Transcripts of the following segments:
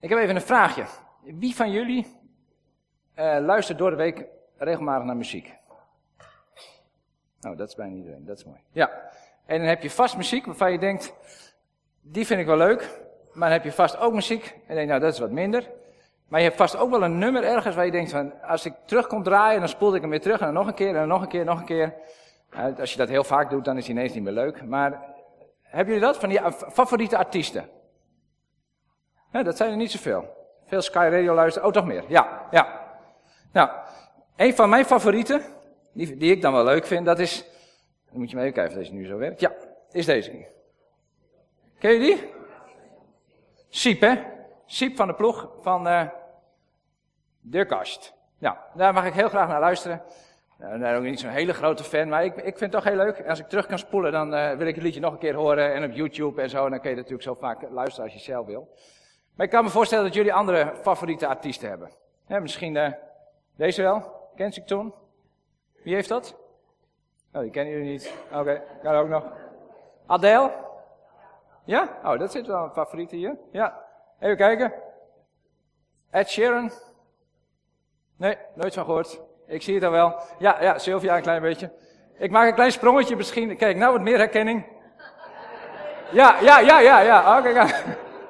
Ik heb even een vraagje. Wie van jullie luistert door de week regelmatig naar muziek? Nou, dat is bijna iedereen. Dat is mooi. Ja. En dan heb je vast muziek waarvan je denkt, die vind ik wel leuk. Maar dan heb je vast ook muziek en je denkt, nou, dat is wat minder. Maar je hebt vast ook wel een nummer ergens waar je denkt van, als ik terug kom draaien, dan spoel ik hem weer terug en dan nog een keer en dan nog een keer en nog een keer. Als je dat heel vaak doet, dan is hij ineens niet meer leuk. Maar hebben jullie dat? Van die favoriete artiesten? Ja, dat zijn er niet zoveel. Veel Sky Radio luisteren. Oh, toch meer. Ja. Nou, een van mijn favorieten, die ik dan wel leuk vind, dat is, dan moet je maar even kijken of deze nu zo werkt. Ja, is deze. Ken je die? Siep, hè? Siep van de ploeg van De Kast. Ja, daar mag ik heel graag naar luisteren. Ik ben ook niet zo'n hele grote fan, maar ik vind het toch heel leuk. En als ik terug kan spoelen, dan wil ik het liedje nog een keer horen. En op YouTube en zo, en dan kun je natuurlijk zo vaak luisteren als je zelf wil. Maar ik kan me voorstellen dat jullie andere favoriete artiesten hebben. Misschien deze wel, Kensington. Wie heeft dat? Oh, die kennen jullie niet. Oké, kan ook nog. Adele? Ja? Oh, dat zit wel een favoriete hier. Ja. Even kijken. Ed Sheeran? Nee, nooit van gehoord. Ik zie het al wel. Ja, Sylvia een klein beetje. Ik maak een klein sprongetje misschien. Kijk, nou wat meer herkenning. Ja. Oh, kijk.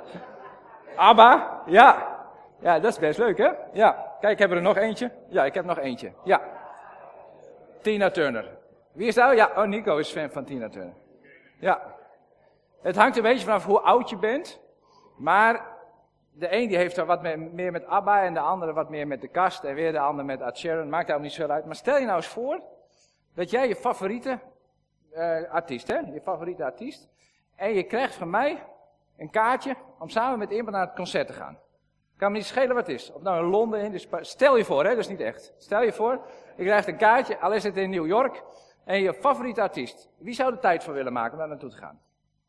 ABBA? Ja. Ja, dat is best leuk, hè? Ja. Kijk, ik heb er nog eentje. Ja, ik heb nog eentje. Ja. Tina Turner. Wie is dat? Ja, Nico is fan van Tina Turner. Ja. Het hangt een beetje vanaf hoe oud je bent. Maar de een die heeft er wat meer met ABBA en de andere wat meer met De Kast. En weer de ander met Ed Sheeran. Maakt daar ook niet zoveel uit. Maar stel je nou eens voor dat jij je favoriete artiest, hè? Je favoriete artiest. En je krijgt van mij een kaartje om samen met iemand naar het concert te gaan. Kan me niet schelen wat het is. Of nou in Londen, in stel je voor, hè? Dat is niet echt. Stel je voor, je krijgt een kaartje, al is het in New York. En je favoriete artiest. Wie zou er tijd voor willen maken om daar naartoe te gaan?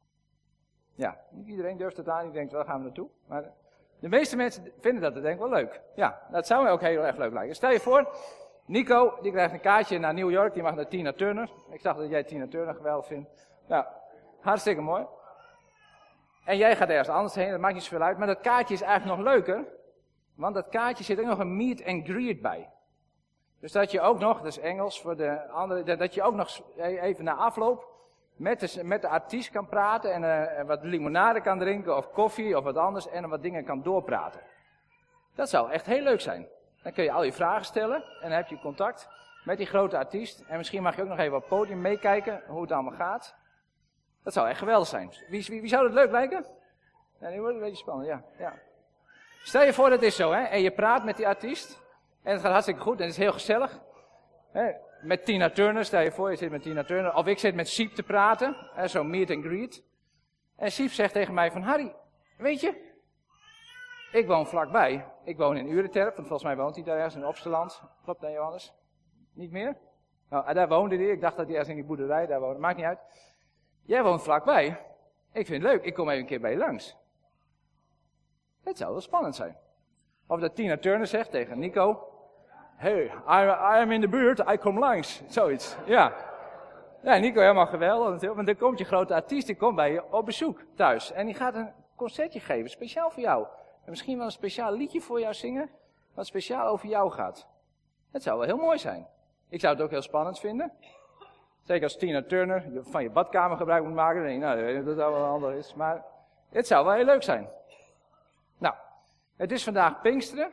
Ja, niet iedereen durft het aan. Die denkt, waar gaan we naartoe? Maar de meeste mensen vinden dat denk ik wel leuk. Ja, dat zou me ook heel erg leuk lijken. Stel je voor, Nico, die krijgt een kaartje naar New York. Die mag naar Tina Turner. Ik dacht dat jij Tina Turner geweldig vindt. Nou, hartstikke mooi. En jij gaat ergens anders heen, dat maakt niet zoveel uit. Maar dat kaartje is eigenlijk nog leuker. Want dat kaartje zit ook nog een meet and greet bij. Dus dat je ook nog, dat is Engels voor de anderen, dat je ook nog even na afloop met de artiest kan praten en wat limonade kan drinken of koffie of wat anders en wat dingen kan doorpraten. Dat zou echt heel leuk zijn. Dan kun je al je vragen stellen en dan heb je contact met die grote artiest. En misschien mag je ook nog even op het podium meekijken hoe het allemaal gaat. Dat zou echt geweldig zijn. Wie zou dat leuk lijken? Ja, nu wordt het een beetje spannend, ja. Stel je voor dat is zo, hè, en je praat met die artiest. En het gaat hartstikke goed en het is heel gezellig. Hè, met Tina Turner, stel je voor, je zit met Tina Turner. Of ik zit met Siep te praten, zo'n meet and greet. En Siep zegt tegen mij van, Harry, weet je, ik woon vlakbij. Ik woon in Ureterp, want volgens mij woont hij daar ergens in Opsteland. Klopt dat, Johannes? Niet meer? Nou, daar woonde hij. Ik dacht dat hij ergens in die boerderij daar woonde. Maakt niet uit. Jij woont vlakbij. Ik vind het leuk, ik kom even een keer bij je langs. Het zou wel spannend zijn. Of dat Tina Turner zegt tegen Nico, hey, I am in de buurt, I kom langs. Zoiets, ja. Ja, Nico helemaal geweldig natuurlijk, want dan komt je grote artiest, die komt bij je op bezoek thuis. En die gaat een concertje geven, speciaal voor jou. En misschien wel een speciaal liedje voor jou zingen, wat speciaal over jou gaat. Het zou wel heel mooi zijn. Ik zou het ook heel spannend vinden. Zeker als Tina Turner van je badkamer gebruik moet maken, dan denk ik, nou, dat dat wel anders is. Maar het zou wel heel leuk zijn. Nou, het is vandaag Pinksteren.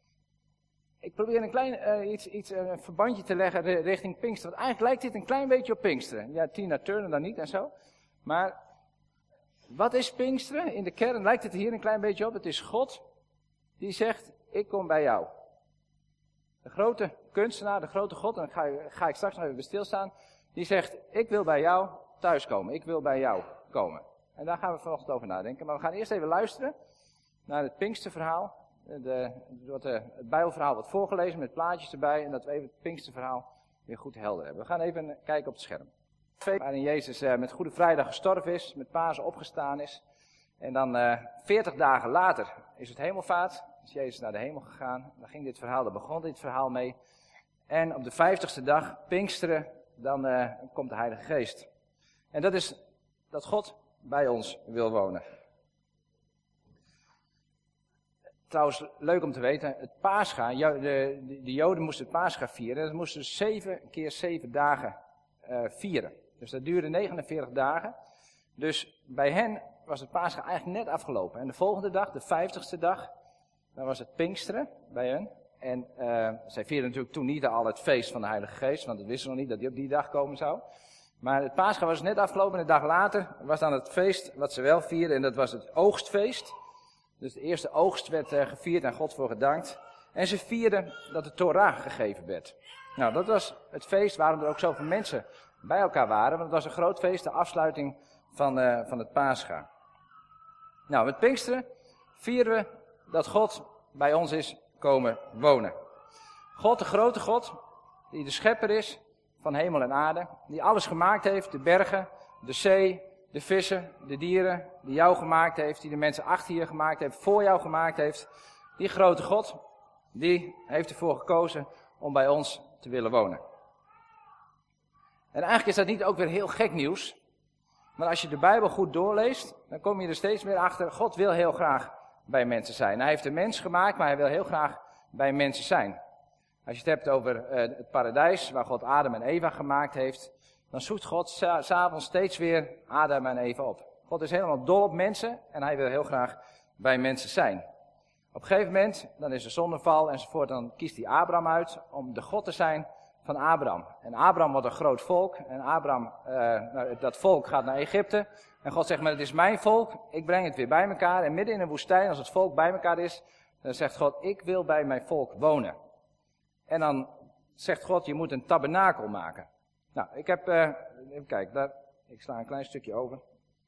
Ik probeer een klein een verbandje te leggen richting Pinksteren. Want eigenlijk lijkt dit een klein beetje op Pinksteren. Ja, Tina Turner dan niet en zo. Maar wat is Pinksteren? In de kern lijkt het hier een klein beetje op. Het is God die zegt, ik kom bij jou. De grote kunstenaar, de grote God, en daar ga ik straks nog even bij stilstaan. Die zegt, ik wil bij jou thuiskomen. Ik wil bij jou komen. En daar gaan we vanochtend over nadenken. Maar we gaan eerst even luisteren naar het Pinksterverhaal. Het Bijbelverhaal wordt voorgelezen met plaatjes erbij. En dat we even het Pinksterverhaal weer goed helder hebben. We gaan even kijken op het scherm. Waarin Jezus met Goede Vrijdag gestorven is. Met Pasen opgestaan is. En dan 40 dagen later is het hemelvaart. Is Jezus naar de hemel gegaan. Dan ging dit verhaal, daar begon dit verhaal mee. En op de 50ste dag, Pinksteren, dan komt de Heilige Geest. En dat is dat God bij ons wil wonen. Trouwens, leuk om te weten, het Pascha, de Joden moesten het Pascha vieren. Dat moesten ze 7 keer 7 dagen vieren. Dus dat duurde 49 dagen. Dus bij hen was het Pascha eigenlijk net afgelopen. En de volgende dag, de 50ste dag, dan was het Pinksteren bij hen. En zij vierden natuurlijk toen niet al het feest van de Heilige Geest, want dat wisten ze nog niet dat die op die dag komen zou. Maar het Pascha was net afgelopen en een dag later was dan het feest wat ze wel vierden. En dat was het oogstfeest. Dus de eerste oogst werd gevierd en God voor gedankt. En ze vierden dat de Torah gegeven werd. Nou, dat was het feest waarom er ook zoveel mensen bij elkaar waren. Want het was een groot feest, de afsluiting van het Pascha. Nou, met Pinksteren vieren we dat God bij ons is komen wonen. God, de grote God, die de schepper is van hemel en aarde. Die alles gemaakt heeft, de bergen, de zee, de vissen, de dieren. Die jou gemaakt heeft, die de mensen achter je gemaakt heeft, voor jou gemaakt heeft. Die grote God, die heeft ervoor gekozen om bij ons te willen wonen. En eigenlijk is dat niet ook weer heel gek nieuws. Maar als je de Bijbel goed doorleest, dan kom je er steeds meer achter. God wil heel graag bij mensen zijn. Hij heeft de mens gemaakt, maar hij wil heel graag bij mensen zijn. Als je het hebt over het paradijs, waar God Adam en Eva gemaakt heeft, dan zoekt God 's avonds steeds weer Adam en Eva op. God is helemaal dol op mensen en hij wil heel graag bij mensen zijn. Op een gegeven moment, dan is er zondeval enzovoort, dan kiest hij Abraham uit om de God te zijn van Abraham. En Abraham wordt een groot volk en Abraham, dat volk gaat naar Egypte. En God zegt, maar het is mijn volk, ik breng het weer bij elkaar. En midden in een woestijn, als het volk bij elkaar is, dan zegt God, ik wil bij mijn volk wonen. En dan zegt God, je moet een tabernakel maken. Nou, ik heb, even kijken, ik sla een klein stukje over.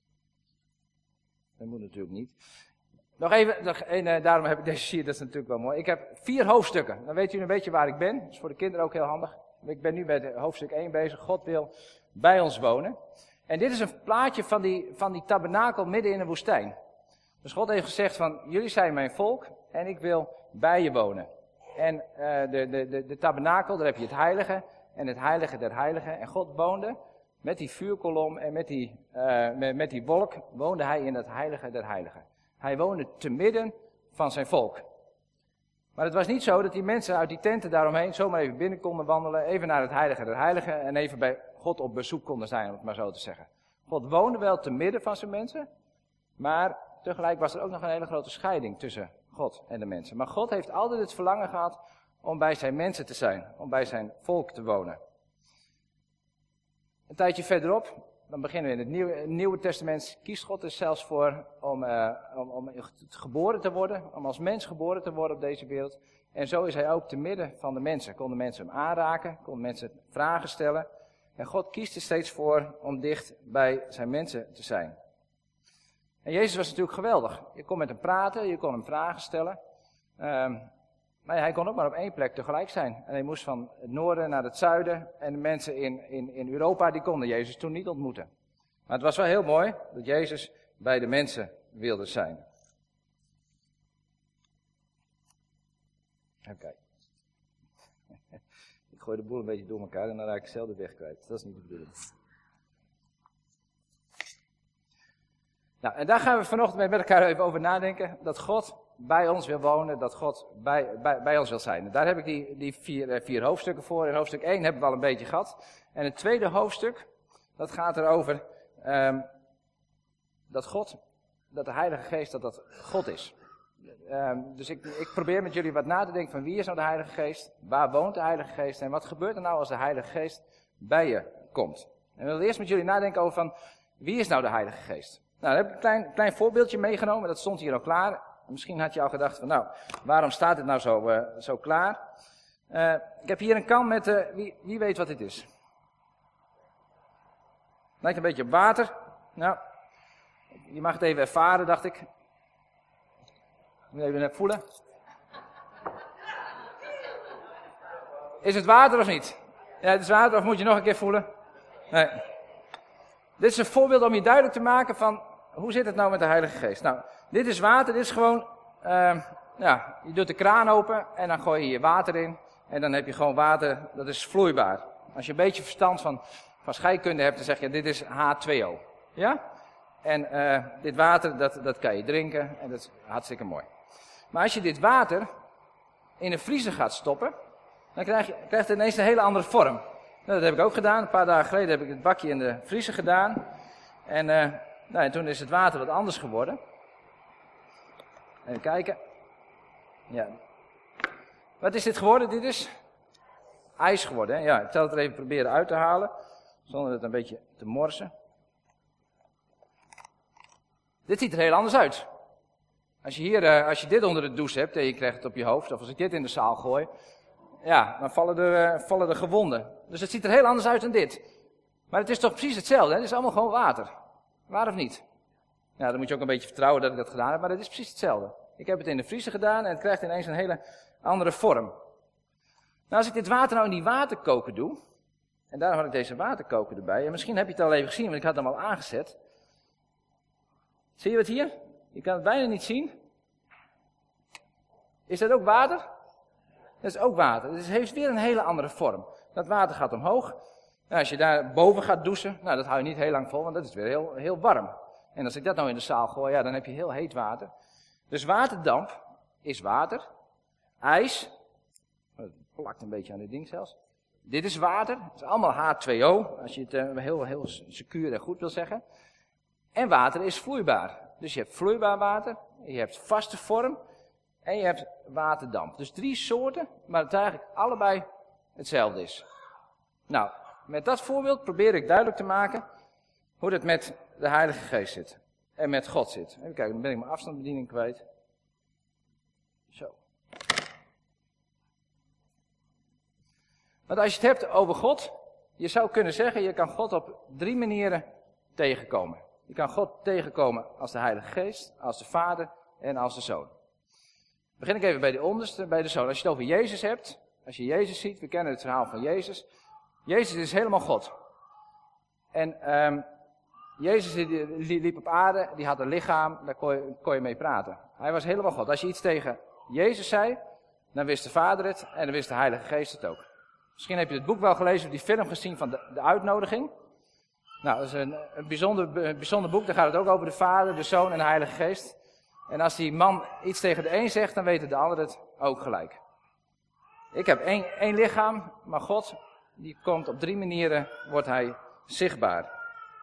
Dat moet natuurlijk niet. Nog even, daarom heb ik deze sheet, dat is natuurlijk wel mooi. Ik heb 4 hoofdstukken, dan weet u een beetje waar ik ben. Dat is voor de kinderen ook heel handig. Ik ben nu met hoofdstuk 1 bezig, God wil bij ons wonen. En dit is een plaatje van die tabernakel midden in een woestijn. Dus God heeft gezegd van, jullie zijn mijn volk en ik wil bij je wonen. En de tabernakel, daar heb je het heilige en het heilige der heiligen. En God woonde met die vuurkolom en met die wolk, woonde hij in het heilige der heiligen. Hij woonde te midden van zijn volk. Maar het was niet zo dat die mensen uit die tenten daaromheen zomaar even binnen konden wandelen, even naar het heilige der heiligen en even bij God op bezoek konden zijn, om het maar zo te zeggen. God woonde wel te midden van zijn mensen, maar tegelijk was er ook nog een hele grote scheiding tussen God en de mensen. Maar God heeft altijd het verlangen gehad om bij zijn mensen te zijn, om bij zijn volk te wonen. Een tijdje verderop, dan beginnen we in het Nieuwe Testament, kiest God er zelfs voor om geboren te worden, om als mens geboren te worden op deze wereld. En zo is hij ook te midden van de mensen. Konden mensen hem aanraken, konden mensen vragen stellen. En God kiest er steeds voor om dicht bij zijn mensen te zijn. En Jezus was natuurlijk geweldig. Je kon met hem praten, je kon hem vragen stellen. Maar hij kon ook maar op één plek tegelijk zijn. En hij moest van het noorden naar het zuiden. En de mensen in Europa, die konden Jezus toen niet ontmoeten. Maar het was wel heel mooi dat Jezus bij de mensen wilde zijn. Even kijken. Ik gooi de boel een beetje door elkaar en dan raak ik zelf de weg kwijt. Dat is niet de bedoeling. Nou, en daar gaan we vanochtend met elkaar even over nadenken. Dat God bij ons wil wonen, dat God bij ons wil zijn. En daar heb ik die 4 hoofdstukken voor. In hoofdstuk 1 hebben we al een beetje gehad. En het tweede hoofdstuk, dat gaat erover dat de Heilige Geest, dat God is. Dus ik probeer met jullie wat na te denken van wie is nou de Heilige Geest? Waar woont de Heilige Geest? En wat gebeurt er nou als de Heilige Geest bij je komt? En we willen eerst met jullie nadenken over van wie is nou de Heilige Geest? Nou, dan heb ik een klein voorbeeldje meegenomen, dat stond hier al klaar. Misschien had je al gedacht van nou, waarom staat dit nou zo klaar? Ik heb hier een kan met, wie weet wat dit is? Lijkt een beetje op water. Nou, je mag het even ervaren, dacht ik. Moet even voelen. Is het water of niet? Ja, het is water of moet je nog een keer voelen? Nee. Dit is een voorbeeld om je duidelijk te maken van, hoe zit het nou met de Heilige Geest? Nou, dit is water, dit is gewoon, je doet de kraan open en dan gooi je water in. En dan heb je gewoon water, dat is vloeibaar. Als je een beetje verstand van scheikunde hebt, dan zeg je, dit is H2O. Ja? En dit water, dat kan je drinken en dat is hartstikke mooi. Maar als je dit water in een vriezer gaat stoppen, dan krijgt het ineens een hele andere vorm. Nou, dat heb ik ook gedaan. Een paar dagen geleden heb ik het bakje in de vriezer gedaan. En toen is het water wat anders geworden. Even kijken. Ja. Wat is dit geworden? Dit is ijs geworden. Hè? Ja, ik zal het er even proberen uit te halen. Zonder het een beetje te morsen. Dit ziet er heel anders uit. Als je dit onder de douche hebt en je krijgt het op je hoofd, of als ik dit in de zaal gooi, ja, dan vallen er gewonden. Dus het ziet er heel anders uit dan dit. Maar het is toch precies hetzelfde, hè? Het is allemaal gewoon water. Waar of niet? Ja, dan moet je ook een beetje vertrouwen dat ik dat gedaan heb, maar het is precies hetzelfde. Ik heb het in de vriezer gedaan en het krijgt ineens een hele andere vorm. Nou, als ik dit water nou in die waterkoker doe, en daarom had ik deze waterkoker erbij, en misschien heb je het al even gezien, want ik had hem al aangezet. Zie je wat hier? Je kan het bijna niet zien. Is dat ook water? Dat is ook water. Dus het heeft weer een hele andere vorm. Dat water gaat omhoog. Nou, als je daar boven gaat douchen, nou, dat hou je niet heel lang vol, want dat is weer heel, heel warm. En als ik dat nou in de zaal gooi, ja, dan heb je heel heet water. Dus waterdamp is water. IJs, het plakt een beetje aan dit ding zelfs. Dit is water, het is allemaal H2O, als je het heel secuur en goed wil zeggen. En water is vloeibaar. Dus je hebt vloeibaar water, je hebt vaste vorm en je hebt waterdamp. Dus 3 soorten, maar het eigenlijk allebei hetzelfde is. Nou, met dat voorbeeld probeer ik duidelijk te maken hoe het met de Heilige Geest zit. En met God zit. Even kijken, dan ben ik mijn afstandsbediening kwijt. Zo. Want als je het hebt over God, je zou kunnen zeggen, je kan God op 3 manieren tegenkomen. Je kan God tegenkomen als de Heilige Geest, als de Vader en als de Zoon. Begin ik even bij de onderste, bij de Zoon. Als je het over Jezus hebt, als je Jezus ziet, we kennen het verhaal van Jezus. Jezus is helemaal God. En Jezus die liep op aarde, die had een lichaam, daar kon je mee praten. Hij was helemaal God. Als je iets tegen Jezus zei, dan wist de Vader het en dan wist de Heilige Geest het ook. Misschien heb je het boek wel gelezen of die film gezien van de uitnodiging. Nou, dat is een bijzonder boek, daar gaat het ook over de Vader, de Zoon en de Heilige Geest. En als die man iets tegen de een zegt, dan weet de ander het ook gelijk. Ik heb één lichaam, maar God, die komt op 3 manieren, wordt hij zichtbaar.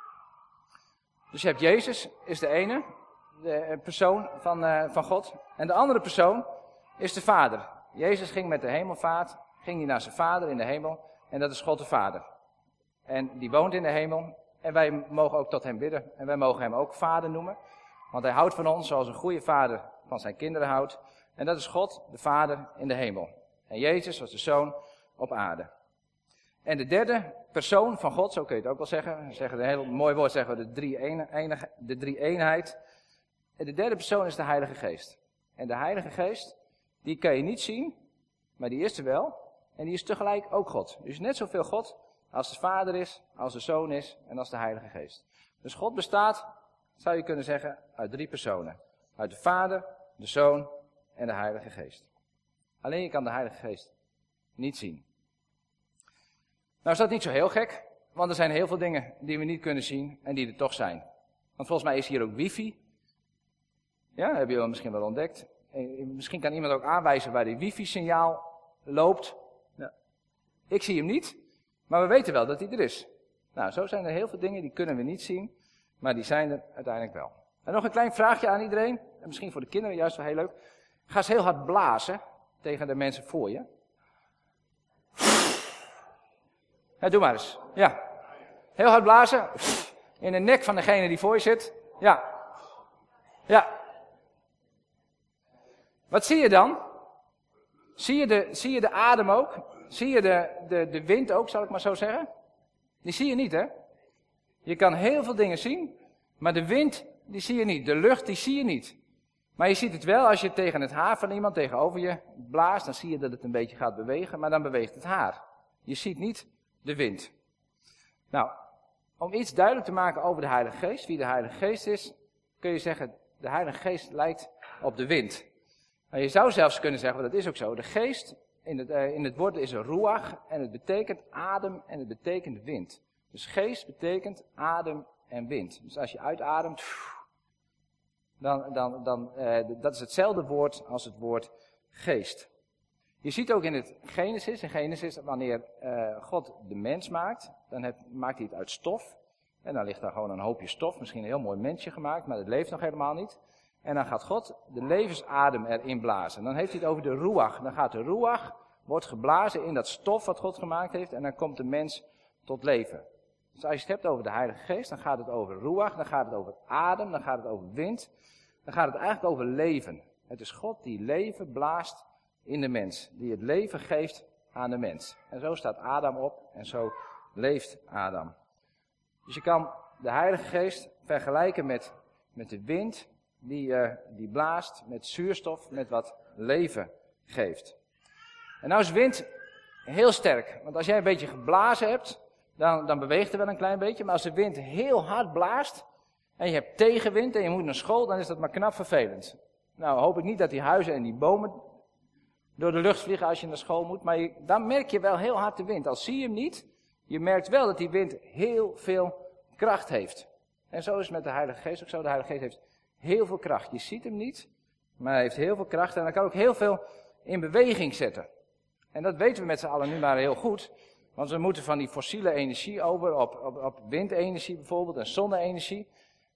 Dus je hebt Jezus, is de ene, de persoon van God. En de andere persoon is de Vader. Jezus ging met de hemelvaart, ging hij naar zijn Vader in de hemel. En dat is God de Vader. En die woont in de hemel. En wij mogen ook tot hem bidden. En wij mogen hem ook Vader noemen. Want hij houdt van ons zoals een goede vader van zijn kinderen houdt. En dat is God, de Vader in de hemel. En Jezus was de Zoon op aarde. En de derde persoon van God, zo kun je het ook wel zeggen. We zeggen een heel mooi woord, zeggen we de drie eenheid. En de derde persoon is de Heilige Geest. En de Heilige Geest, die kan je niet zien, maar die is er wel. En die is tegelijk ook God. Dus net zoveel God als de Vader is, als de Zoon is en als de Heilige Geest. Dus God bestaat, zou je kunnen zeggen, uit 3 personen. Uit de Vader, de Zoon en de Heilige Geest. Alleen je kan de Heilige Geest niet zien. Nou is dat niet zo heel gek, want er zijn heel veel dingen die we niet kunnen zien en die er toch zijn. Want volgens mij is hier ook wifi. Ja, dat heb je misschien wel ontdekt. Misschien kan iemand ook aanwijzen waar die wifi-signaal loopt. Ja. Ik zie hem niet, maar we weten wel dat hij er is. Nou, zo zijn er heel veel dingen die kunnen we niet zien, maar die zijn er uiteindelijk wel. En nog een klein vraagje aan iedereen, en misschien voor de kinderen juist wel heel leuk. Ga eens heel hard blazen tegen de mensen voor je. Ja, doe maar eens. Ja. Heel hard blazen. In de nek van degene die voor je zit. Ja. Ja. Wat zie je dan? Zie je de adem ook? Zie je de wind ook, zal ik maar zo zeggen? Die zie je niet, hè? Je kan heel veel dingen zien, maar de wind, die zie je niet. De lucht, die zie je niet. Maar je ziet het wel als je tegen het haar van iemand tegenover je blaast, dan zie je dat het een beetje gaat bewegen, maar dan beweegt het haar. Je ziet niet de wind. Nou, om iets duidelijk te maken over de Heilige Geest, wie de Heilige Geest is, kun je zeggen, de Heilige Geest lijkt op de wind. Nou, je zou zelfs kunnen zeggen, want dat is ook zo, de geest in het woord is een ruach en het betekent adem en het betekent wind. Dus geest betekent adem en wind. Dus als je uitademt, Dat is hetzelfde woord als het woord geest. Je ziet ook in Genesis, wanneer God de mens maakt, dan maakt hij het uit stof. En dan ligt daar gewoon een hoopje stof, misschien een heel mooi mensje gemaakt, maar het leeft nog helemaal niet. En dan gaat God de levensadem erin blazen. Dan heeft hij het over de ruach. Dan gaat de ruach, wordt geblazen in dat stof wat God gemaakt heeft, en dan komt de mens tot leven. Dus als je het hebt over de Heilige Geest, dan gaat het over ruach, dan gaat het over adem, dan gaat het over wind. Dan gaat het eigenlijk over leven. Het is God die leven blaast in de mens. Die het leven geeft aan de mens. En zo staat Adam op en zo leeft Adam. Dus je kan de Heilige Geest vergelijken met de wind die blaast, met zuurstof, met wat leven geeft. En nou is wind heel sterk. Want als jij een beetje geblazen hebt, dan beweegt er wel een klein beetje. Maar als de wind heel hard blaast en je hebt tegenwind en je moet naar school, dan is dat maar knap vervelend. Nou hoop ik niet dat die huizen en die bomen door de lucht vliegen als je naar school moet. Maar dan merk je wel heel hard de wind. Al zie je hem niet, je merkt wel dat die wind heel veel kracht heeft. En zo is het met de Heilige Geest ook zo. De Heilige Geest heeft heel veel kracht. Je ziet hem niet, maar hij heeft heel veel kracht. En hij kan ook heel veel in beweging zetten. En dat weten we met z'n allen nu maar heel goed. Want we moeten van die fossiele energie over op windenergie bijvoorbeeld en zonne-energie.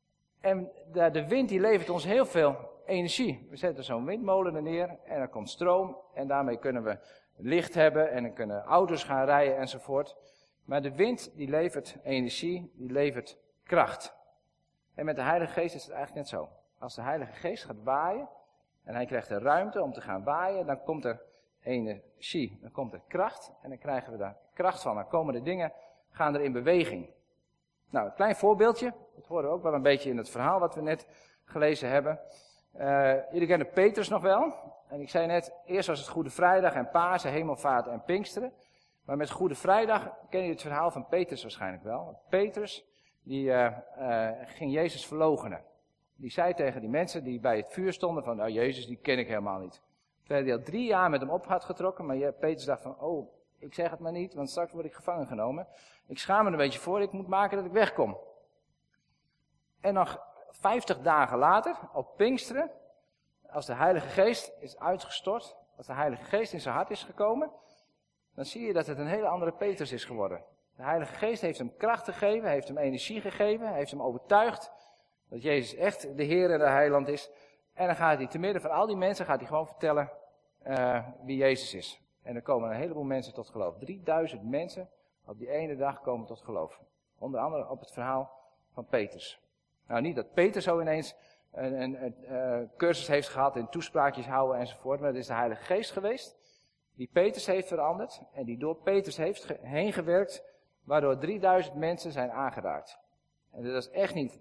En de wind die levert ons heel veel energie. We zetten zo'n windmolen er neer en er komt stroom. En daarmee kunnen we licht hebben en dan kunnen auto's gaan rijden enzovoort. Maar de wind die levert energie, die levert kracht. En met de Heilige Geest is het eigenlijk net zo. Als de Heilige Geest gaat waaien en hij krijgt de ruimte om te gaan waaien, dan komt er energie, dan komt er kracht en dan krijgen we daar kracht van. Dan komen de dingen, gaan er in beweging. Nou, een klein voorbeeldje, dat horen we ook wel een beetje in het verhaal wat we net gelezen hebben. Jullie kennen Petrus nog wel. En ik zei net, eerst was het Goede Vrijdag en Pasen, Hemelvaart en Pinksteren. Maar met Goede Vrijdag kennen jullie het verhaal van Petrus waarschijnlijk wel. Petrus, die ging Jezus verloochenen. Die zei tegen die mensen die bij het vuur stonden van, nou Jezus, die ken ik helemaal niet. Terwijl hij al 3 jaar met hem op had getrokken, maar Petrus dacht van, oh, ik zeg het maar niet, want straks word ik gevangen genomen. Ik schaam me een beetje voor, ik moet maken dat ik wegkom. En nog 50 dagen later, op Pinksteren, als de Heilige Geest is uitgestort, als de Heilige Geest in zijn hart is gekomen, dan zie je dat het een hele andere Petrus is geworden. De Heilige Geest heeft hem kracht gegeven, heeft hem energie gegeven, heeft hem overtuigd dat Jezus echt de Heer en de Heiland is. En dan gaat hij te midden van al die mensen gaat hij gewoon vertellen wie Jezus is. En er komen een heleboel mensen tot geloof. 3000 mensen op die ene dag komen tot geloof. Onder andere op het verhaal van Petrus. Nou, niet dat Petrus zo ineens een cursus heeft gehad in toespraakjes houden enzovoort. Maar het is de Heilige Geest geweest die Petrus heeft veranderd. En die door Petrus heeft heen gewerkt. Waardoor 3000 mensen zijn aangeraakt. En dat is echt niet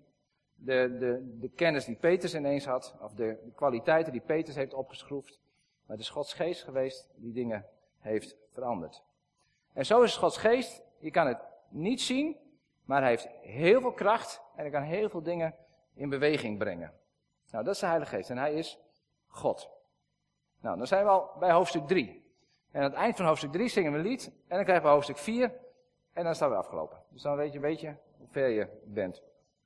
de kennis die Petrus ineens had. Of de kwaliteiten die Petrus heeft opgeschroefd. Maar het is Gods Geest geweest die dingen heeft veranderd. En zo is Gods Geest. Je kan het niet zien. Maar hij heeft heel veel kracht. En hij kan heel veel dingen in beweging brengen. Nou, dat is de Heilige Geest. En hij is God. Nou, dan zijn we al bij hoofdstuk 3. En aan het eind van hoofdstuk 3 zingen we een lied. En dan krijgen we hoofdstuk 4. En dan staan we afgelopen. Dus dan weet je een beetje hoe ver je bent.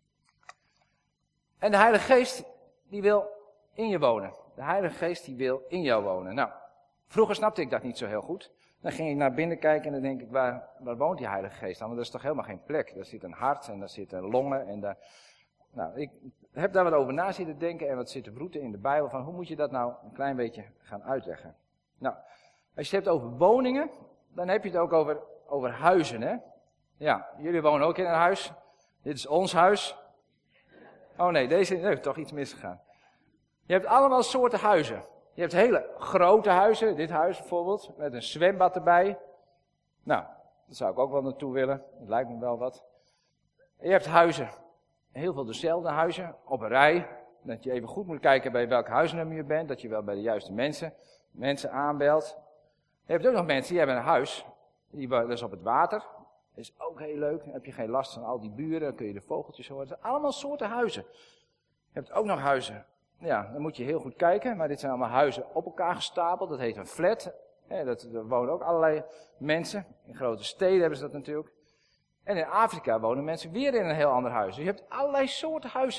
En de Heilige Geest, die wil in je wonen. De Heilige Geest, die wil in jou wonen. Nou, vroeger snapte ik dat niet zo heel goed. Dan ging ik naar binnen kijken en dan denk ik, waar woont die Heilige Geest dan? Want er is toch helemaal geen plek. Daar zit een hart en daar zitten longen en daar... Nou, ik heb daar wat over na zitten denken en wat zitten broeden in de Bijbel van hoe moet je dat nou een klein beetje gaan uitleggen. Nou, als je het hebt over woningen, dan heb je het ook over huizen, hè. Ja, jullie wonen ook in een huis. Dit is ons huis. Oh nee, deze is toch iets misgegaan. Je hebt allemaal soorten huizen. Je hebt hele grote huizen, dit huis bijvoorbeeld, met een zwembad erbij. Nou, daar zou ik ook wel naartoe willen, dat lijkt me wel wat. Je hebt huizen, heel veel dezelfde huizen, op een rij. Dat je even goed moet kijken bij welk huisnummer je bent, dat je wel bij de juiste mensen aanbelt. Je hebt ook nog mensen die hebben een huis, dat is op het water. Dat is ook heel leuk, dan heb je geen last van al die buren, dan kun je de vogeltjes horen. Het zijn allemaal soorten huizen. Je hebt ook nog huizen. Ja, dan moet je heel goed kijken, maar dit zijn allemaal huizen op elkaar gestapeld. Dat heet een flat. Er wonen ook allerlei mensen. In grote steden hebben ze dat natuurlijk. En in Afrika wonen mensen weer in een heel ander huis. Dus je hebt allerlei soorten huizen.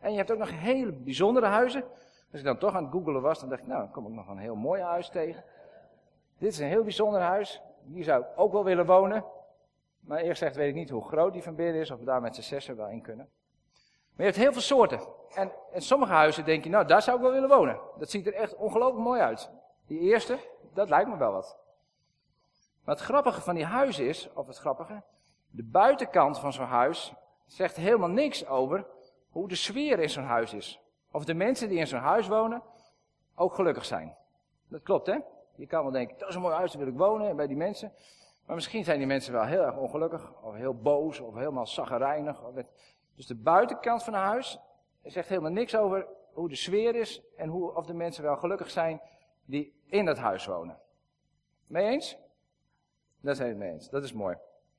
En je hebt ook nog hele bijzondere huizen. Als ik dan toch aan het googelen was, dan dacht ik, nou, dan kom ik nog een heel mooi huis tegen. Dit is een heel bijzonder huis. Hier zou ik ook wel willen wonen. Maar eerst gezegd weet ik niet hoe groot die van binnen is, of we daar met z'n zessen wel in kunnen. Maar je hebt heel veel soorten. En in sommige huizen denk je, nou, daar zou ik wel willen wonen. Dat ziet er echt ongelooflijk mooi uit. Die eerste, dat lijkt me wel wat. Maar het grappige van die huizen is, of het grappige, de buitenkant van zo'n huis zegt helemaal niks over hoe de sfeer in zo'n huis is. Of de mensen die in zo'n huis wonen ook gelukkig zijn. Dat klopt, hè? Je kan wel denken, dat is een mooi huis, daar wil ik wonen, bij die mensen. Maar misschien zijn die mensen wel heel erg ongelukkig, of heel boos, of helemaal chagrijnig. Dus de buitenkant van een huis zegt helemaal niks over hoe de sfeer is en of de mensen wel gelukkig zijn die in dat huis wonen. Mee eens? Daar zijn we het mee eens. Dat is mooi.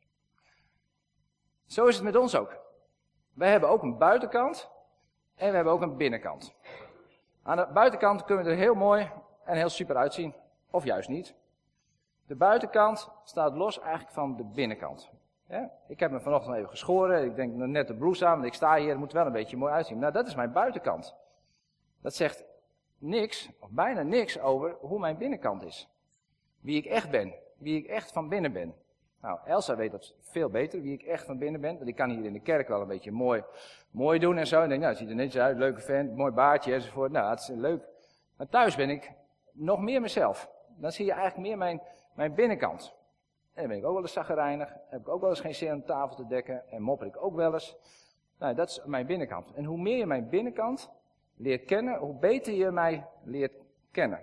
Zo is het met ons ook. Wij hebben ook een buitenkant en we hebben ook een binnenkant. Aan de buitenkant kunnen we er heel mooi en heel super uitzien. Of juist niet. De buitenkant staat los eigenlijk van de binnenkant. Ja? Ik heb me vanochtend even geschoren. Ik denk net de blouse aan, want ik sta hier. Het moet wel een beetje mooi uitzien. Nou, dat is mijn buitenkant. Dat zegt niks, of bijna niks, over hoe mijn binnenkant is. Wie ik echt ben. Wie ik echt van binnen ben. Nou, Elsa weet dat veel beter, wie ik echt van binnen ben. Want ik kan hier in de kerk wel een beetje mooi doen en zo. En denk, nou, het ziet er netjes uit, leuke vent, mooi baardje enzovoort. Nou, dat is leuk. Maar thuis ben ik nog meer mezelf. Dan zie je eigenlijk meer mijn binnenkant. En dan ben ik ook wel eens chagrijnig. Heb ik ook wel eens geen zin om de tafel te dekken. En mopper ik ook wel eens. Nou, dat is mijn binnenkant. En hoe meer je mijn binnenkant leert kennen, hoe beter je mij leert kennen.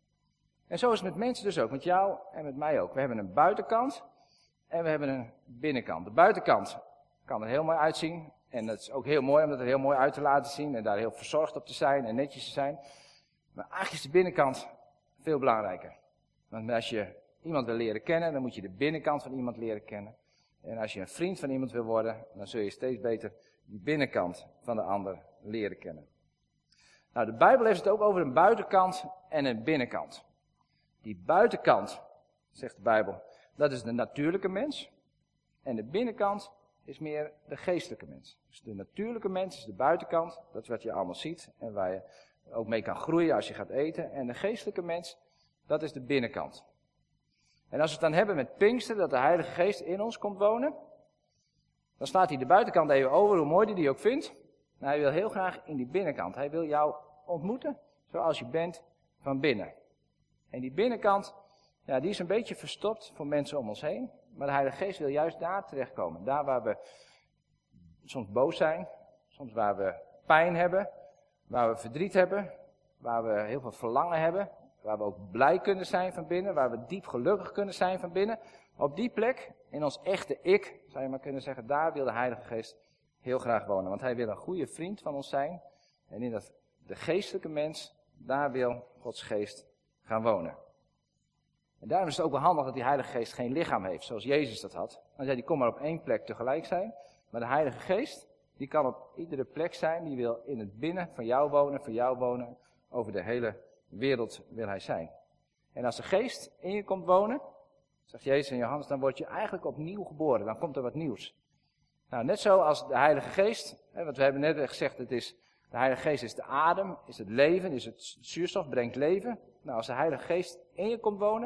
En zo is het met mensen dus ook. Met jou en met mij ook. We hebben een buitenkant en we hebben een binnenkant. De buitenkant kan er heel mooi uitzien. En dat is ook heel mooi om dat er heel mooi uit te laten zien. En daar heel verzorgd op te zijn en netjes te zijn. Maar eigenlijk is de binnenkant veel belangrijker. Want als je iemand wil leren kennen, dan moet je de binnenkant van iemand leren kennen. En als je een vriend van iemand wil worden, dan zul je steeds beter die binnenkant van de ander leren kennen. Nou, de Bijbel heeft het ook over een buitenkant en een binnenkant. Die buitenkant, zegt de Bijbel, dat is de natuurlijke mens. En de binnenkant is meer de geestelijke mens. Dus de natuurlijke mens is de buitenkant, dat is wat je allemaal ziet en waar je ook mee kan groeien als je gaat eten. En de geestelijke mens, dat is de binnenkant. En als we het dan hebben met Pinksteren, dat de Heilige Geest in ons komt wonen, dan slaat hij de buitenkant even over, hoe mooi hij die ook vindt. Maar hij wil heel graag in die binnenkant. Hij wil jou ontmoeten zoals je bent van binnen. En die binnenkant, ja, die is een beetje verstopt voor mensen om ons heen. Maar de Heilige Geest wil juist daar terechtkomen. Daar waar we soms boos zijn, soms waar we pijn hebben, waar we verdriet hebben, waar we heel veel verlangen hebben, waar we ook blij kunnen zijn van binnen, waar we diep gelukkig kunnen zijn van binnen. Op die plek, in ons echte ik, zou je maar kunnen zeggen, daar wil de Heilige Geest heel graag wonen. Want hij wil een goede vriend van ons zijn. En in de geestelijke mens, daar wil Gods Geest gaan wonen. En daarom is het ook wel handig dat die Heilige Geest geen lichaam heeft, zoals Jezus dat had. Dan zei hij, kom maar op één plek tegelijk zijn. Maar de Heilige Geest, die kan op iedere plek zijn, die wil in het binnen van jou wonen, voor jou wonen. Over de hele wereld wil hij zijn. En als de Geest in je komt wonen, zegt Jezus en Johannes, dan word je eigenlijk opnieuw geboren. Dan komt er wat nieuws. Nou, net zoals de Heilige Geest, want we hebben net gezegd, de Heilige Geest is de adem, is het leven, is het zuurstof, brengt leven. Nou, als de Heilige Geest in je komt wonen,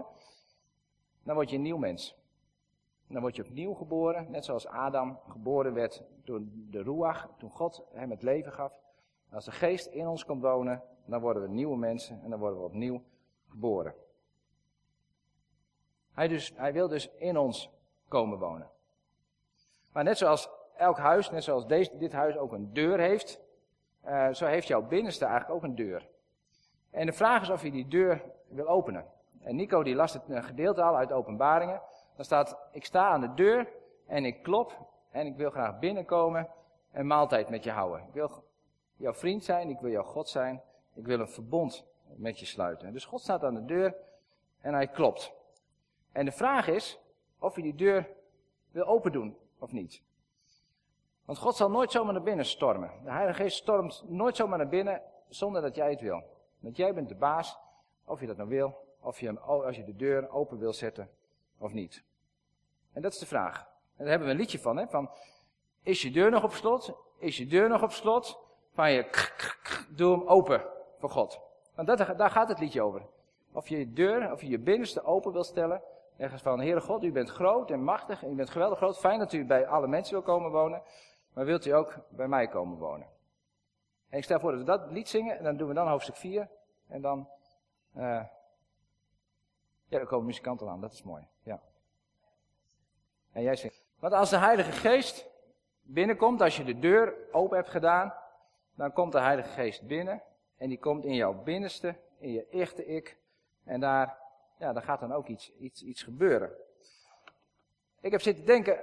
dan word je een nieuw mens. Dan word je opnieuw geboren, net zoals Adam geboren werd door de Ruach, toen God hem het leven gaf. Als de Geest in ons komt wonen, dan worden we nieuwe mensen en dan worden we opnieuw geboren. Hij wil dus in ons komen wonen. Maar net zoals elk huis, net zoals dit huis ook een deur heeft, zo heeft jouw binnenste eigenlijk ook een deur. En de vraag is of je die deur wil openen. En Nico die las het gedeelte al uit Openbaringen. Dan staat, ik sta aan de deur en ik klop en ik wil graag binnenkomen en maaltijd met je houden. Ik wil jouw vriend zijn, ik wil jouw God zijn, ik wil een verbond met je sluiten. Dus God staat aan de deur en hij klopt. En de vraag is of je die deur wil open doen of niet. Want God zal nooit zomaar naar binnen stormen. De Heilige Geest stormt nooit zomaar naar binnen zonder dat jij het wil. Want jij bent de baas, of je dat nou wil, of je hem, als je de deur open wil zetten of niet. En dat is de vraag. En daar hebben we een liedje van, hè, van is je deur nog op slot? Is je deur nog op slot? van je, doe hem open voor God. Want daar gaat het liedje over. Of je deur, of je je binnenste open wil stellen. Ergens van, Heere God, u bent groot en machtig en u bent geweldig groot. Fijn dat u bij alle mensen wil komen wonen. Maar wilt u ook bij mij komen wonen? En ik stel voor dat we dat lied zingen en dan doen we dan hoofdstuk 4. En dan, dan komen muzikanten aan, dat is mooi. Ja. En jij zingt. Want als de Heilige Geest binnenkomt, als je de deur open hebt gedaan, dan komt de Heilige Geest binnen. En die komt in jouw binnenste, in je echte ik. En daar gaat dan ook iets gebeuren. Ik heb zitten denken,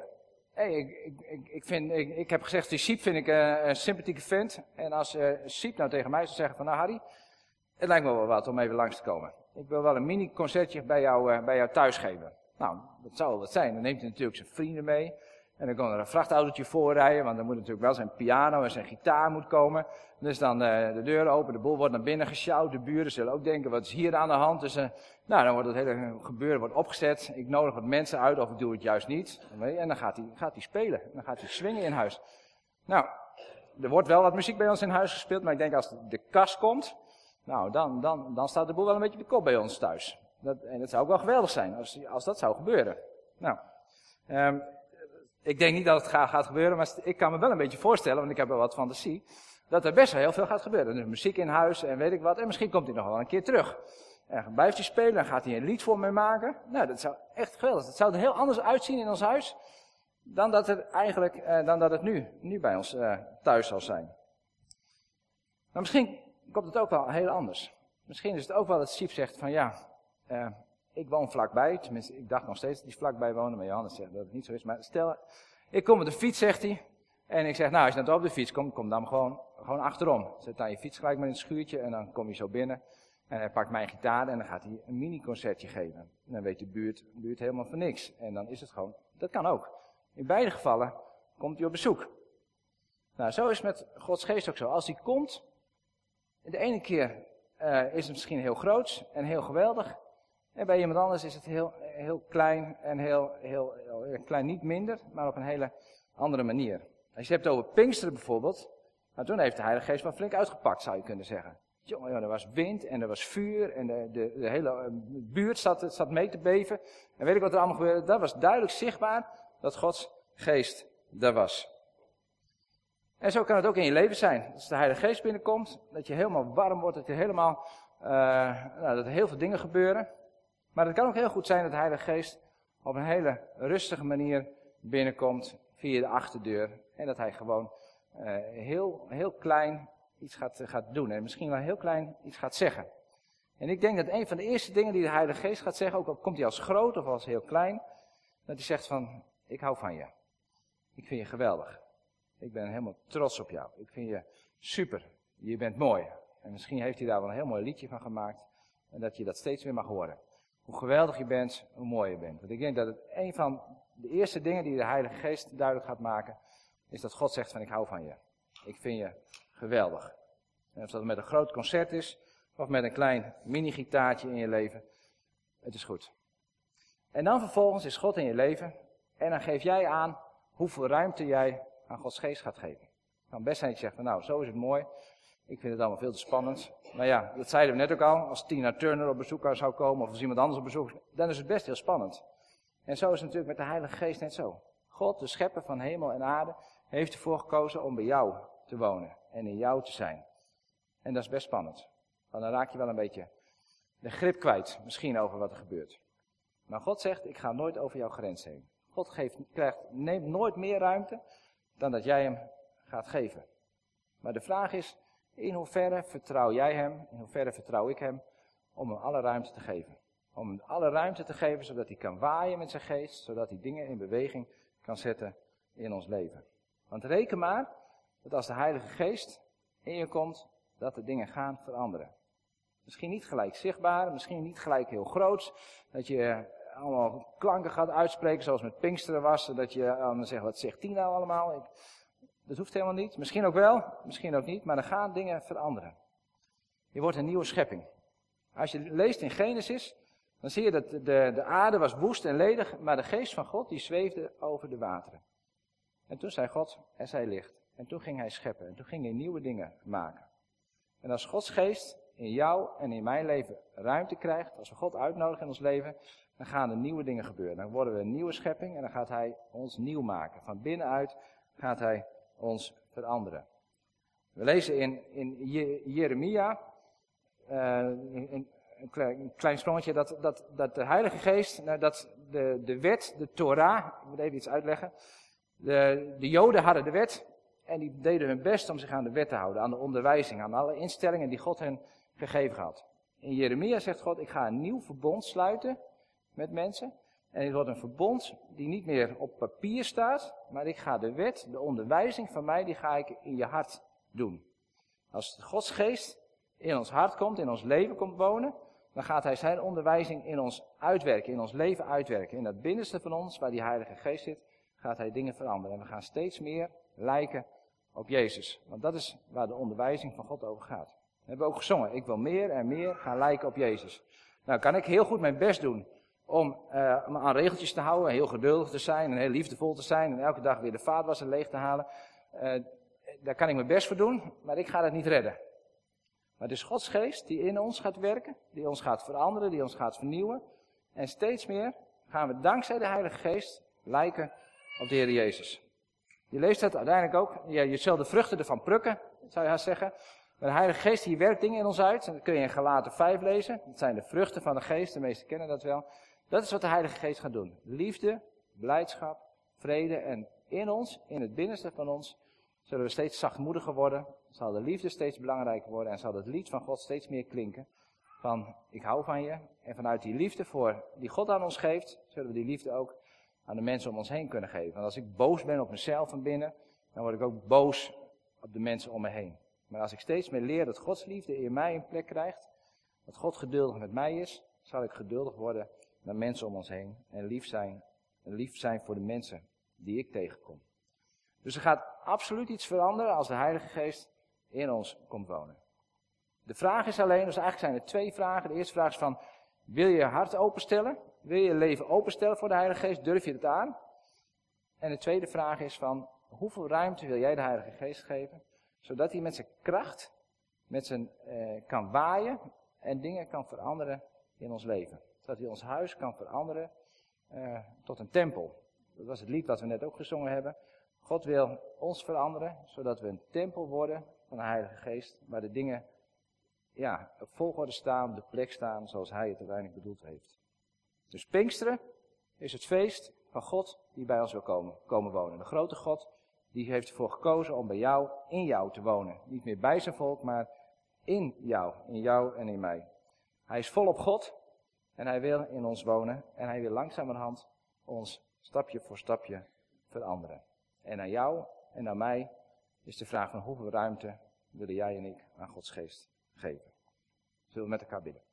ik heb gezegd, die Siep vind ik een sympathieke vent. En als Siep nou tegen mij zou zeggen van, nou Harry, het lijkt me wel wat om even langs te komen. Ik wil wel een mini-concertje bij jou thuis geven. Nou, dat zou wel wat zijn. Dan neemt hij natuurlijk zijn vrienden mee. En dan kan er een vrachtautootje voorrijden, want dan moet natuurlijk wel zijn piano en zijn gitaar moet komen. Dus dan de deur open, de boel wordt naar binnen gesjouwd. De buren zullen ook denken, wat is hier aan de hand? Dus dan wordt het hele gebeuren opgezet. Ik nodig wat mensen uit, of ik doe het juist niet. En dan gaat hij spelen. Dan gaat hij swingen in huis. Nou, er wordt wel wat muziek bij ons in huis gespeeld, maar ik denk als de kas komt, nou, dan staat de boel wel een beetje op de kop bij ons thuis. En dat zou ook wel geweldig zijn, als dat zou gebeuren. Nou, ik denk niet dat het gaat gebeuren, maar ik kan me wel een beetje voorstellen, want ik heb wel wat fantasie, dat er best wel heel veel gaat gebeuren. Dus muziek in huis en weet ik wat, en misschien komt hij nog wel een keer terug. En dan blijft hij spelen, dan gaat hij een lied voor me maken. Nou, dat zou echt geweldig. Dat zou er heel anders uitzien in ons huis, dan dat het nu bij ons thuis zal zijn. Maar misschien komt het ook wel heel anders. Misschien is het ook wel dat Siep zegt van ik woon vlakbij. Tenminste, ik dacht nog steeds dat hij vlakbij woonde, maar Johannes zegt dat het niet zo is. Maar stel, ik kom met de fiets, zegt hij. En ik zeg, nou, als je net op de fiets komt, kom dan gewoon achterom. Zet dan je fiets gelijk maar in het schuurtje en dan kom je zo binnen. En hij pakt mijn gitaar en dan gaat hij een mini-concertje geven. En dan weet de buurt helemaal van niks. En dan is het gewoon, dat kan ook. In beide gevallen komt hij op bezoek. Nou, zo is het met Gods geest ook zo. Als hij komt, de ene keer is het misschien heel groot en heel geweldig. En bij iemand anders is het heel klein en heel klein, niet minder, maar op een hele andere manier. Als je het hebt over Pinksteren bijvoorbeeld, nou, toen heeft de Heilige Geest wel flink uitgepakt, zou je kunnen zeggen. Jongen, er was wind en er was vuur en de hele buurt zat mee te beven. En weet ik wat er allemaal gebeurde? Dat was duidelijk zichtbaar dat Gods Geest er was. En zo kan het ook in je leven zijn. Als de Heilige Geest binnenkomt, dat je helemaal warm wordt, dat er heel veel dingen gebeuren. Maar het kan ook heel goed zijn dat de Heilige Geest op een hele rustige manier binnenkomt via de achterdeur. En dat hij gewoon heel klein iets gaat doen. En misschien wel heel klein iets gaat zeggen. En ik denk dat een van de eerste dingen die de Heilige Geest gaat zeggen, ook al komt hij als groot of als heel klein, dat hij zegt van, ik hou van je. Ik vind je geweldig. Ik ben helemaal trots op jou. Ik vind je super. Je bent mooi. En misschien heeft hij daar wel een heel mooi liedje van gemaakt. En dat je dat steeds weer mag horen. Hoe geweldig je bent, hoe mooi je bent. Want ik denk dat het een van de eerste dingen die de Heilige Geest duidelijk gaat maken, is dat God zegt van, ik hou van je. Ik vind je geweldig. En of dat met een groot concert is, of met een klein mini-gitaartje in je leven, het is goed. En dan vervolgens is God in je leven, en dan geef jij aan hoeveel ruimte jij aan Gods Geest gaat geven. Het kan best zijn dat je zegt van, nou, zo is het mooi. Ik vind het allemaal veel te spannend. Maar ja, dat zeiden we net ook al. Als Tina Turner op bezoek zou komen, of als iemand anders op bezoek, dan is het best heel spannend. En zo is het natuurlijk met de Heilige Geest net zo. God, de schepper van hemel en aarde, heeft ervoor gekozen om bij jou te wonen. En in jou te zijn. En dat is best spannend. Want dan raak je wel een beetje de grip kwijt, misschien over wat er gebeurt. Maar God zegt, ik ga nooit over jouw grens heen. God neemt nooit meer ruimte dan dat jij hem gaat geven. Maar de vraag is, in hoeverre vertrouw jij hem, in hoeverre vertrouw ik hem, om hem alle ruimte te geven. Om hem alle ruimte te geven, zodat hij kan waaien met zijn geest, zodat hij dingen in beweging kan zetten in ons leven. Want reken maar, dat als de Heilige Geest in je komt, dat de dingen gaan veranderen. Misschien niet gelijk zichtbaar, misschien niet gelijk heel groots, dat je allemaal klanken gaat uitspreken zoals met Pinksteren was, dat je dan zegt, wat zegt die nou allemaal? Dat hoeft helemaal niet. Misschien ook wel, misschien ook niet, maar dan gaan dingen veranderen. Je wordt een nieuwe schepping. Als je leest in Genesis, dan zie je dat de aarde was woest en ledig, maar de geest van God die zweefde over de wateren. En toen zei God, er zij licht. En toen ging hij scheppen. En toen ging hij nieuwe dingen maken. En als Gods geest in jou en in mijn leven ruimte krijgt, als we God uitnodigen in ons leven, dan gaan er nieuwe dingen gebeuren. Dan worden we een nieuwe schepping en dan gaat hij ons nieuw maken. Van binnenuit gaat hij ons veranderen. We lezen in Jeremia, een klein sprongetje, dat de Heilige Geest, dat de wet, de Torah, ik moet even iets uitleggen. De Joden hadden de wet en die deden hun best om zich aan de wet te houden, aan de onderwijzing, aan alle instellingen die God hen gegeven had. In Jeremia zegt God, ik ga een nieuw verbond sluiten met mensen. En het wordt een verbond die niet meer op papier staat, maar ik ga de wet, de onderwijzing van mij, die ga ik in je hart doen. Als Gods geest in ons hart komt, in ons leven komt wonen, dan gaat hij zijn onderwijzing in ons uitwerken, in ons leven uitwerken. In dat binnenste van ons, waar die Heilige Geest zit, gaat hij dingen veranderen. En we gaan steeds meer lijken op Jezus. Want dat is waar de onderwijzing van God over gaat. We hebben ook gezongen, ik wil meer en meer gaan lijken op Jezus. Nou kan ik heel goed mijn best doen om me aan regeltjes te houden, heel geduldig te zijn en heel liefdevol te zijn en elke dag weer de vaatwasser leeg te halen. Daar kan ik mijn best voor doen, maar ik ga dat niet redden. Maar het is Gods geest die in ons gaat werken, die ons gaat veranderen, die ons gaat vernieuwen. En steeds meer gaan we dankzij de Heilige Geest lijken op de Heer Jezus. Je leest dat uiteindelijk ook, je zult de vruchten ervan plukken, zou je haast zeggen. Maar de Heilige Geest die werkt dingen in ons uit, en dat kun je in Galaten 5 lezen. Dat zijn de vruchten van de Geest, de meesten kennen dat wel. Dat is wat de Heilige Geest gaat doen. Liefde, blijdschap, vrede en in ons, in het binnenste van ons, zullen we steeds zachtmoediger worden. Zal de liefde steeds belangrijker worden en zal het lied van God steeds meer klinken. Van, ik hou van je. En vanuit die liefde die God aan ons geeft, zullen we die liefde ook aan de mensen om ons heen kunnen geven. Want als ik boos ben op mezelf van binnen, dan word ik ook boos op de mensen om me heen. Maar als ik steeds meer leer dat Gods liefde in mij een plek krijgt, dat God geduldig met mij is, zal ik geduldig worden naar mensen om ons heen. En lief zijn voor de mensen die ik tegenkom. Dus er gaat absoluut iets veranderen als de Heilige Geest in ons komt wonen. De vraag is alleen, dus eigenlijk zijn er twee vragen. De eerste vraag is van, wil je je hart openstellen? Wil je je leven openstellen voor de Heilige Geest? Durf je het aan? En de tweede vraag is van, hoeveel ruimte wil jij de Heilige Geest geven? Zodat hij met zijn kracht kan waaien en dingen kan veranderen in ons leven. Zodat hij ons huis kan veranderen tot een tempel. Dat was het lied wat we net ook gezongen hebben. God wil ons veranderen, zodat we een tempel worden van de Heilige Geest. Waar de dingen op volgorde staan, op de plek staan zoals hij het uiteindelijk bedoeld heeft. Dus Pinksteren is het feest van God die bij ons wil komen wonen. De grote God die heeft ervoor gekozen om bij jou, in jou te wonen. Niet meer bij zijn volk, maar in jou en in mij. Hij is volop God en hij wil in ons wonen. En hij wil langzamerhand ons stapje voor stapje veranderen. En aan jou en aan mij is de vraag van hoeveel ruimte willen jij en ik aan Gods geest geven. Zullen we met elkaar bidden.